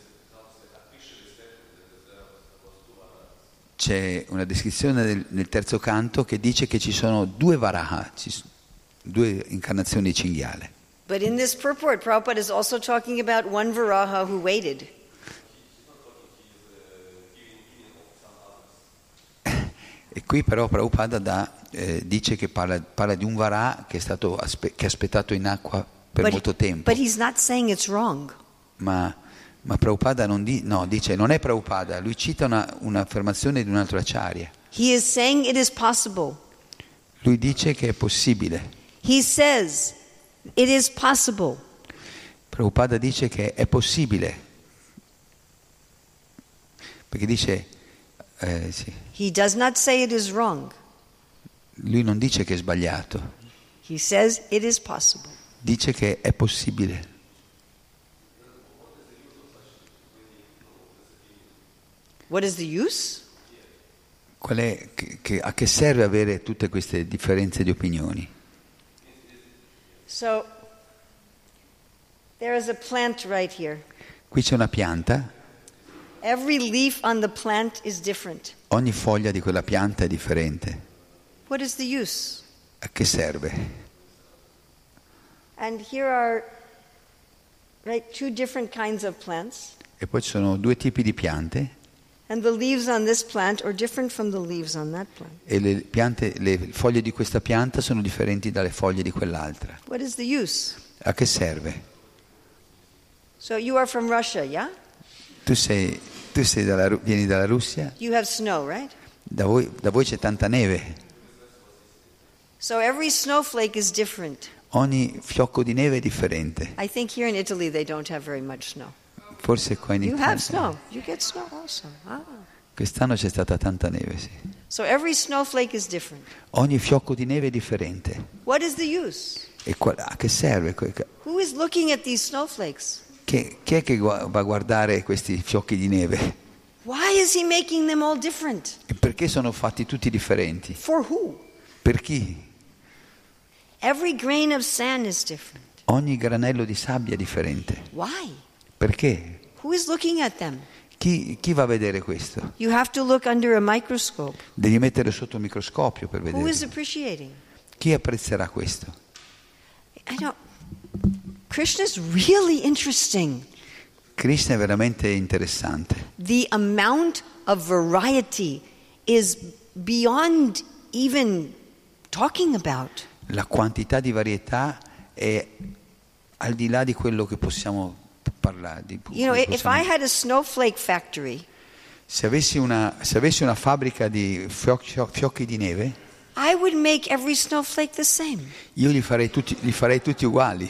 C'è una descrizione del, nel terzo canto che dice che ci sono due varaha, ci s- due incarnazioni di cinghiale. But in this purport, Prabhupada is also talking about one Varaha who waited. E qui però Prabhupada dà, eh, dice che parla, parla di un varaha che è stato aspe- che ha aspettato in acqua per But, molto tempo. but he's not saying it's wrong. Ma, ma Prabhupada non di, no, dice, non è Prabhupada, lui cita una, un'affermazione di un altro acharya. He is saying it is possible. Lui dice che è possibile. He says it is possible. Prabhupada dice che è possibile. Perché dice, eh, sì, He does not say it is wrong. lui non dice che è sbagliato, He says it is possible. dice che è possibile. What is the use? Qual è, che, che- a che serve avere tutte queste differenze di opinioni? So there is a plant right here. Qui c'è una pianta, Every leaf on the plant is different. ogni foglia di quella pianta è differente. What is the use? A che serve? And here are right two different kinds of plants. E poi ci sono due tipi di piante And the leaves on this plant are different from the leaves on that plant. e le, piante, le foglie di questa pianta sono differenti dalle foglie di quell'altra. What is the use? A che serve? So you are from Russia, yeah? Tu, sei, tu sei dalla, Ru- vieni dalla Russia, You have snow, right? da voi, da voi c'è tanta neve, So every snowflake is different. ogni fiocco di neve è differente. I think here in Italy they don't have very much snow. Forse qua in You have Italia snow. You get snow also. Ah. quest'anno c'è stata tanta neve, sì. So every snowflake is different. Ogni fiocco di neve è differente. What is the use? E qua- a che serve? Que- Who is looking at these snowflakes? Che, chi è che gua- va a guardare questi fiocchi di neve? Why is he making them all different? E perché sono fatti tutti differenti? For who? Per chi? Every grain of sand is different. Ogni granello di sabbia è differente. Why? Perché? Who is looking at them? Chi, chi va a vedere questo? You have to look under a microscope. Devi mettere sotto il microscopio per Who is vedere. appreciating? Chi apprezzerà questo? I don't. Krishna is really interesting. Krishna è veramente interessante. The amount of variety is beyond even talking about. La quantità di varietà è al di là di quello che possiamo parlare. Di, You know, if possiamo- I had a snowflake factory, se, avessi una, se avessi una fabbrica di fioc- fioc- fiocchi di neve, I would make every snowflake the same. io li farei tutti, li farei tutti uguali.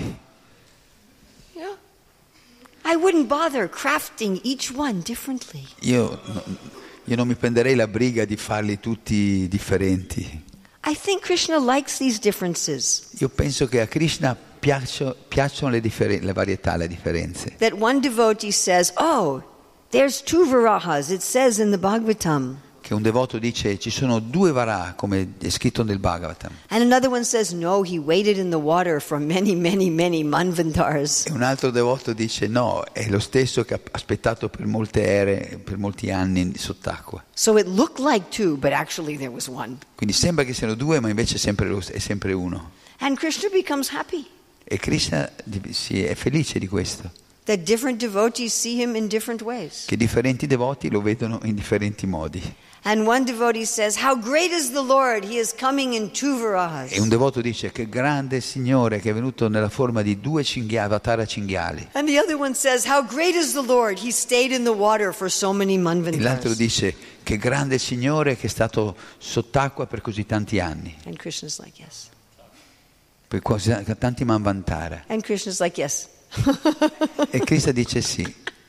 Yeah. I wouldn't bother crafting each one differently. Io, no- io non mi prenderei la briga di farli tutti differenti. I think Krishna likes these differences. Io penso che a Krishna piaccio- piacciono le, differen- le varietà, le differenze. That one devotee says, "Oh, there's two Varahas." It says in the Bhagavatam. Che un devoto dice ci sono due varaha, come è scritto nel Bhagavatam. And another one says, "No, he waited in the water for many, many, many manvantars." E un altro devoto dice no, è lo stesso che ha aspettato per molte ere, per molti anni sott'acqua. So it looked like two, but actually there was one. Quindi sembra che siano due, ma invece è sempre, lo- è sempre uno. And Krishna becomes happy E Krishna di- sì, è felice di questo, that different devotees see him in different ways. che differenti devoti lo vedono in differenti modi. And one devotee says, "How great is the Lord? He is coming in two Varahas." E un devoto dice che grande Signore che è venuto nella forma di due cinghiali, avatara cinghiali. And the other one says, "How great is the Lord? He stayed in the water for so many E l'altro manvantars." dice che grande Signore che è stato sott'acqua per così tanti anni, And Krishna's like, "Yes." per così, tanti manvantara. And Krishna's like, "Yes." E Krishna dice sì.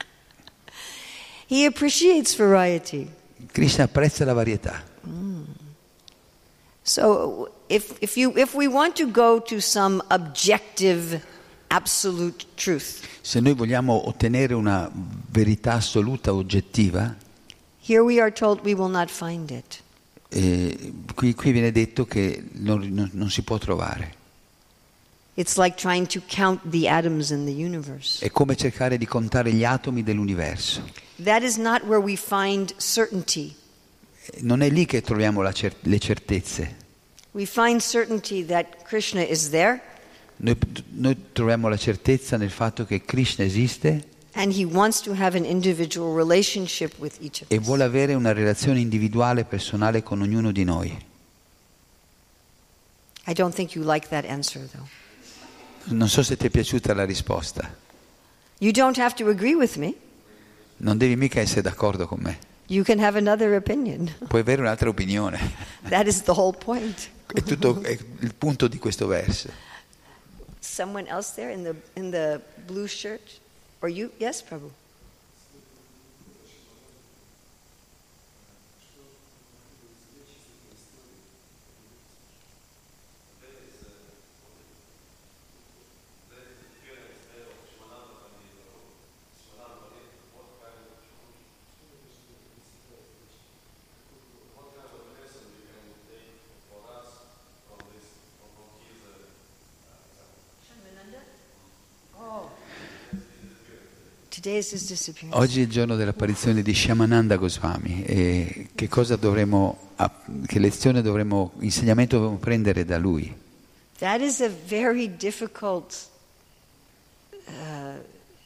He appreciates variety. Krishna apprezza la varietà. So if, if, you, if we want to go to some objective, absolute truth, Se noi vogliamo ottenere una verità assoluta, oggettiva, Here we are told we will not find it. E qui, qui viene detto che non, non, non si può trovare. It's like trying to count the atoms in the universe. È come cercare di contare gli atomi dell'universo. That is not where we find certainty. Non è lì che troviamo la cer- le certezze. We find certainty that Krishna is there Noi, noi troviamo la certezza nel fatto che Krishna esiste and he wants to have an individual relationship with each of e us. vuole avere una relazione individuale, personale con ognuno di noi. I don't think you like that answer though. Non so se ti è piaciuta la risposta. You don't have to agree with me. Non devi mica essere d'accordo con me. You can have another opinion. Puoi avere un'altra opinione. That is the whole point. È tutto è il punto di questo verso. Someone else there in the in the blue shirt? Or you? Yes, Prabhu. Today is his disappearance. Oggi è il giorno dell'apparizione di Shyamananda Goswami e che cosa dovremmo, che lezione dovremmo, insegnamento dovremmo prendere da lui? That is a very difficult uh,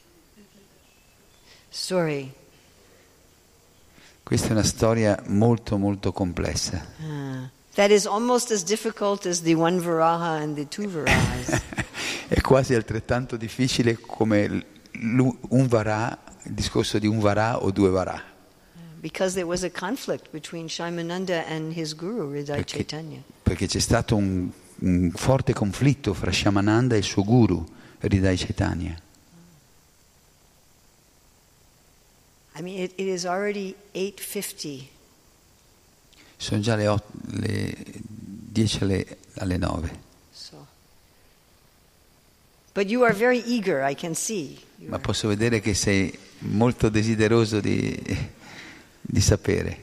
story. Questa è una storia molto molto complessa. Uh, that is almost as difficult as the one Varaha and the two Varahas. È quasi altrettanto difficile come un Vara, il discorso di un Vara o due Vara. Because there was a conflict between Shaimananda and his guru, Hridaya Perché, Chaitanya. perché c'è stato un, un forte conflitto fra Shyamananda e il suo guru, Hridaya Chaitanya. I mean, it, it is already eight fifty. Sono già le, otto, le dieci alle, alle nove. So. But you are very eager, I can see. You Ma are- posso vedere che sei molto desideroso di, di sapere.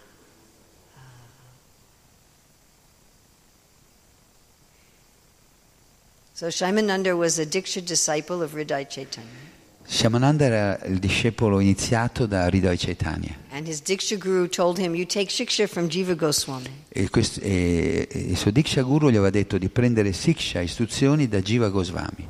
So Shaimananda was a Diksha disciple of Hridaya Chaitanya. Shyamananda era il discepolo iniziato da Hridaya Chaitanya And his Diksha guru told him, you take Shiksha from Jiva Goswami. e, questo, e, e il suo Diksha Guru gli aveva detto di prendere Siksha, istruzioni da Jiva Goswami.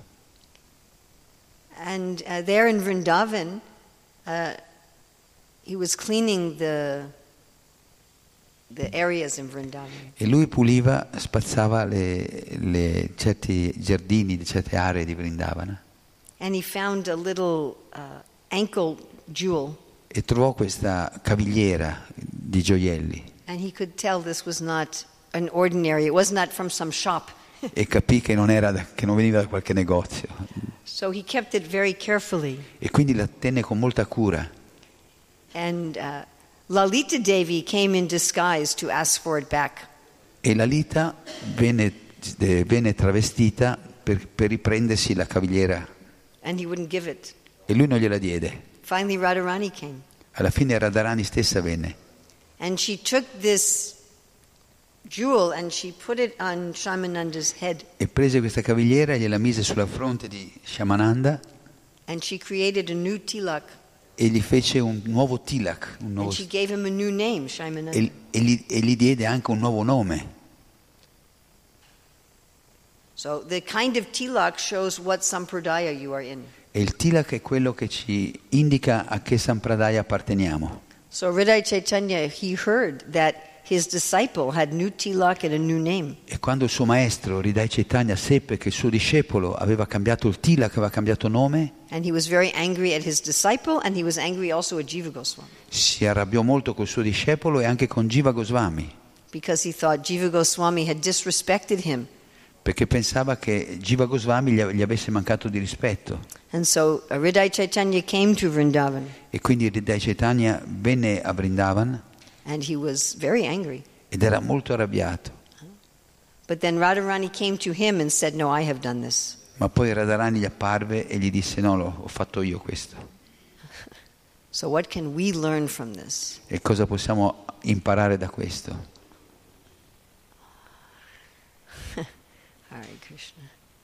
And uh, there in Vrindavan, uh, he was cleaning the, the areas in Vrindavan. E lui puliva, spazzava le, le certi giardini, certe aree di Vrindavana And he found a little uh, ankle jewel. e trovò questa cavigliera di gioielli And he could tell this was not an ordinary, it was not from some shop. e capì che non, era da, che non veniva da qualche negozio. So he kept it very carefully. E quindi la tenne con molta cura. And uh, Lalita Devi came in disguise to ask for it back. E Lalita venne, eh, venne travestita per, per riprendersi la cavigliera And he wouldn't give it. e lui non gliela diede. Finally, Radharani came. Alla fine Radharani stessa venne And she took this jewel and she put it on Shaimananda's head. e prese questa cavigliera e gliela mise sulla fronte di Shyamananda And she created a new tilak. e gli fece un nuovo tilak un nuovo, And she gave him a new name, Shaimananda. e, e, gli, e gli diede anche un nuovo nome. So the kind of tilak shows what sampradaya you are in. E il tilak è quello che ci indica a che sampradaya apparteniamo. So Hridaya Chaitanya, he heard that his disciple had new tilak and a new name. E quando il suo maestro Hridaya Chaitanya seppe che il suo discepolo aveva cambiato il tilak, aveva cambiato nome, And he was very angry at his disciple, and he was angry also at Jiva Goswami, si arrabbiò molto col suo discepolo e anche con Jiva Goswami, because he thought Jiva Goswami had disrespected him. perché pensava che Jiva Goswami gli, gli avesse mancato di rispetto. And so uh, Hridaya Chaitanya came to Vrindavan, E quindi Hridaya Chaitanya venne a Vrindavan and he was very angry. ed era molto arrabbiato. But then Radharani came to him and said, no, I have done this. Ma poi Radharani gli apparve e gli disse: no, lo, ho fatto io questo. So what can we learn from this? E cosa possiamo imparare da questo? Hare Krishna.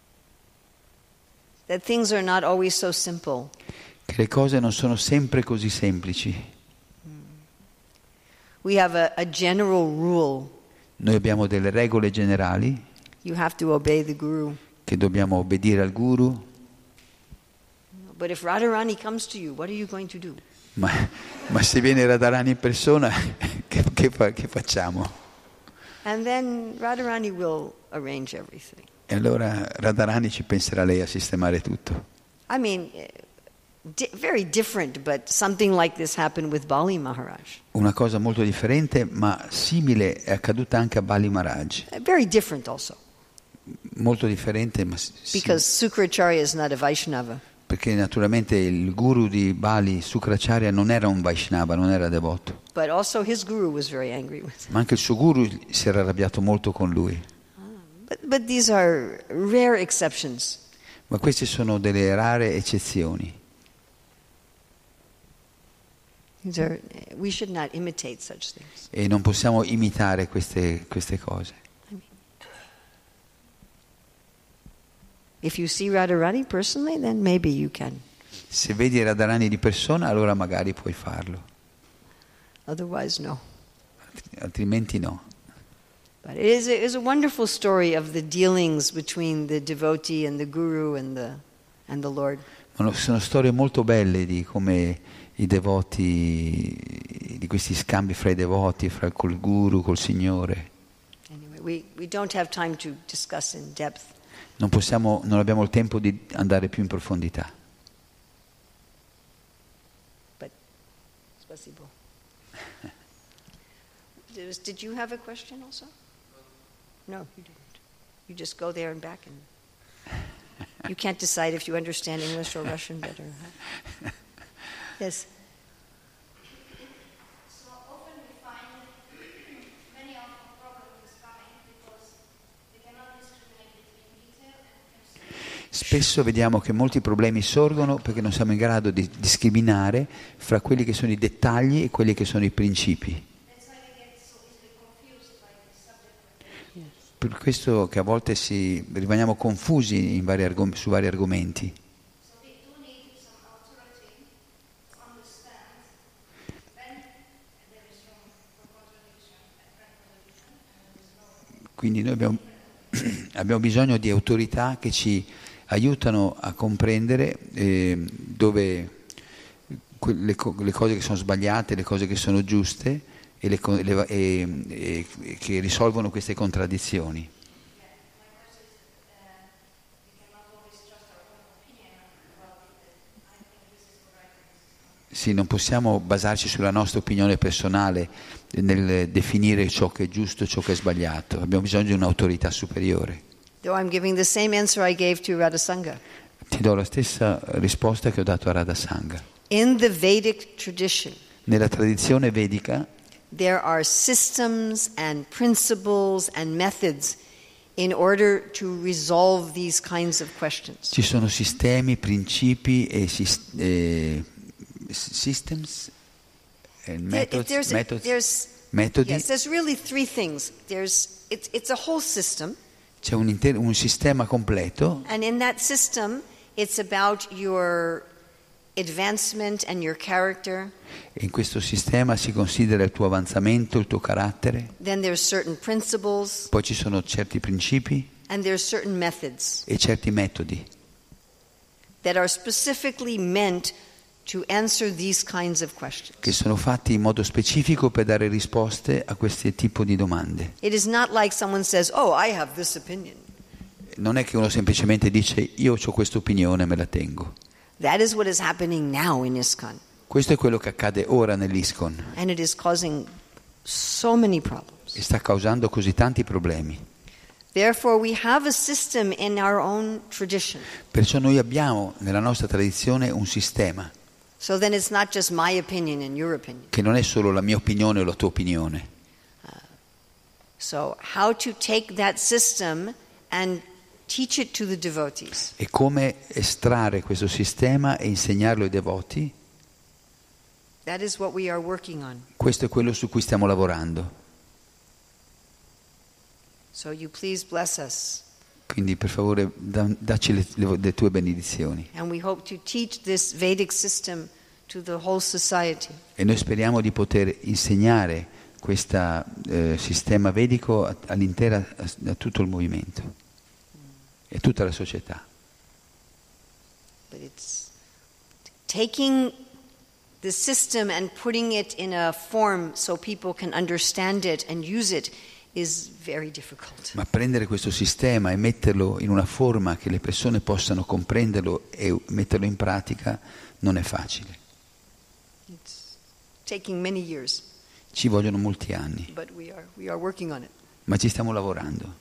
That things are not always so simple. Che le cose non sono sempre così semplici. We have a, a general rule. Noi abbiamo delle regole generali You have to obey the guru. che dobbiamo obbedire al guru, But if Radharani comes to you, what are you going to do? ma, ma se viene Radharani in persona, che, che, fa- che facciamo? And then Radharani will arrange everything. E allora Radharani ci penserà lei a sistemare tutto. I mean, eh, di- very different, but something like this happened with Bali Maharaj. Una cosa molto differente, ma simile, è accaduta anche a Bali Maharaj. Uh, Very different also, Molto differente, ma s- sì, because Sukracharya is not a Vaishnava. perché naturalmente il guru di Bali, Sukracharya, non era un Vaishnava, non era devoto. But also his guru was very angry with him. Ma anche il suo guru si era arrabbiato molto con lui. But, but these are rare exceptions. Ma queste sono delle rare eccezioni. These are, we should not imitate such things. E non possiamo imitare queste, queste cose. If you see Radharani personally, then maybe you can. Se vedi Radharani di persona, allora magari puoi farlo, Otherwise, no. altrimenti no. But it is a, it is a wonderful story of the dealings between the devotee and the guru and the, and the Lord. Ma no- sono storie molto belle di come i devoti, di questi scambi fra i devoti, fra col guru, col Signore. Anyway, we, we don't have time to discuss in depth. Non possiamo, non abbiamo il tempo di andare più in profondità. But spasibo. Did did you have a question also? No, you didn't. You just go there and back, and you can't decide if you understand English or Russian better. Huh? Yes. So often we find many of the problems coming because we cannot discriminate between detail and concept. Spesso vediamo che molti problemi sorgono perché non siamo in grado di discriminare fra quelli che sono i dettagli e quelli che sono i principi. That's why we get so easily confused by the subject matter. Per questo che a volte si, rimaniamo confusi in vari argom- su vari argomenti. So we do need some authority to understand when there is room for contradiction and when contradiction and there is no room. Quindi noi abbiamo, abbiamo bisogno di autorità che ci aiutano a comprendere eh, dove que- le, co- le cose che sono sbagliate, le cose che sono giuste e, le co- le va- e- e- e che risolvono queste contraddizioni. Yeah, my question is uh, we cannot always trust our own opinion about it. that I think this is correct and this is not. Sì, non possiamo basarci sulla nostra opinione personale nel definire ciò che è giusto e ciò che è sbagliato. Abbiamo bisogno di un'autorità superiore. Though I'm giving the same answer I gave to Radhasanga. Ti do la stessa risposta che ho dato a Radhasanga. In the Vedic tradition, Nella tradizione vedica there are systems and principles and methods in order to resolve these kinds of questions. ci sono sistemi, principi e sis- eh, systems and There- methods, there's, methods, there's, metodi. yes, there's really three things. There's, it's, it's a whole system, C'è un, inter- un sistema completo and in that system, it's about your advancement and your character. e in questo sistema si considera il tuo avanzamento, il tuo carattere, Then there's certain principles, poi ci sono certi principi and there's certain methods e certi metodi that are specifically meant to answer these kinds of questions. che sono fatti in modo specifico per dare risposte a questo tipo di domande. It is not like someone says, "Oh, I have this opinion." Non è che uno semplicemente dice io ho questa opinione e me la tengo. That is what is happening now in ISKCON, Questo è quello che accade ora nell'ISKCON and it is causing so many problems. e sta causando così tanti problemi. Therefore, we have a system in our own tradition. Perciò noi abbiamo nella nostra tradizione un sistema So then it's not just my opinion and your opinion. che non è solo la mia opinione o la tua opinione. So how to take that system and teach it to the devotees. E come estrarre questo sistema e insegnarlo ai devoti That is what we are working on. Questo è quello su cui stiamo lavorando. So you please bless us. Quindi per favore da, dacci le, le, le tue benedizioni. And we hope to teach this Vedic system to the whole society. E noi speriamo di poter insegnare questo eh, sistema vedico a, all'intera, a, a tutto il movimento e tutta la società. But it's taking the system and putting it in a form so people can understand it and use it is very difficult. Ma prendere questo sistema e metterlo in una forma che le persone possano comprenderlo e metterlo in pratica non è facile. It's taking many years, Ci vogliono molti anni, but we are we are working on it. ma ci stiamo lavorando.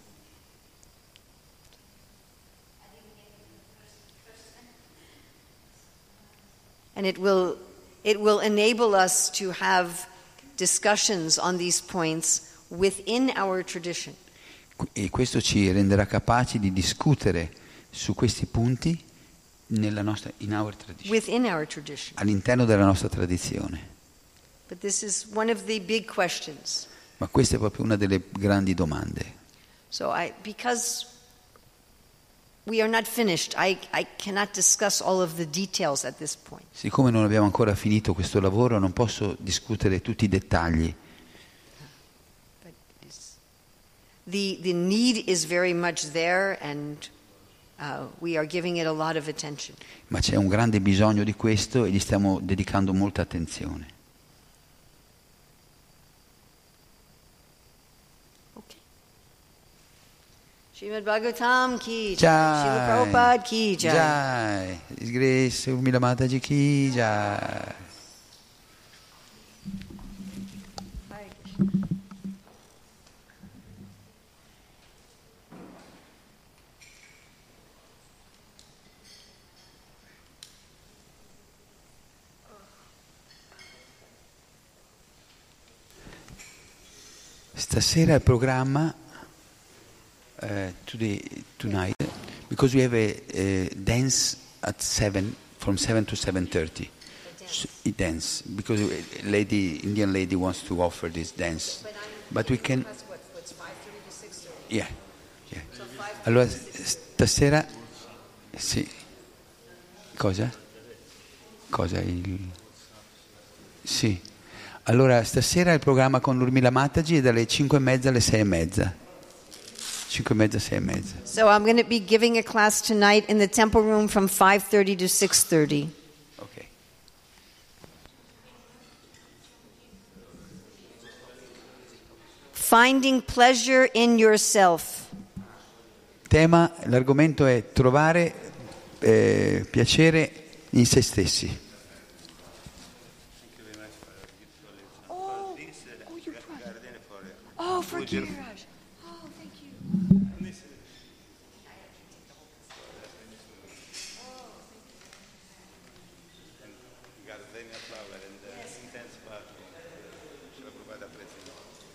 And it will it will enable us to have discussions on these points within our tradition. E questo ci renderà capaci di discutere su questi punti nella nostra, in our tradition, Within our tradition. all'interno della nostra tradizione. But this is one of the big questions. Ma questa è proprio una delle grandi domande. So I because we are not finished, I, I cannot discuss all of the details at this point. Siccome non abbiamo ancora finito questo lavoro, non posso discutere tutti i dettagli, But it's- the the need is very much there, and uh, we are giving it a lot of attention. ma c'è un grande bisogno di questo e gli stiamo dedicando molta attenzione. Okay. Srimad Bhagavatam ki jai, Jai. Srila Prabhupada ki jai. Jai, His Grace Urmila Mataji ki jai. Hare Krishna. Stasera il programma eh, today, tonight, because we have a, a dance at seven, from seven to seven thirty. So, a dance, because a lady, Indian lady wants to offer this dance, but we can. Yeah, yeah. Allora stasera, sì. Cosa? Cosa il? Sì. Allora, stasera il programma con l'Urmila Mataji è dalle cinque e mezza alle sei e mezza. cinque e mezza, sei e mezza. So I'm going to be giving a class tonight in the temple room from five thirty to six thirty. Ok. Finding pleasure in yourself. Tema, l'argomento è trovare eh, piacere in se stessi. Oh, oh, you're Oh, forgive Raj. Oh, thank you. Gardenia flower and uh, intense part. Srila Prabhupada apprezza.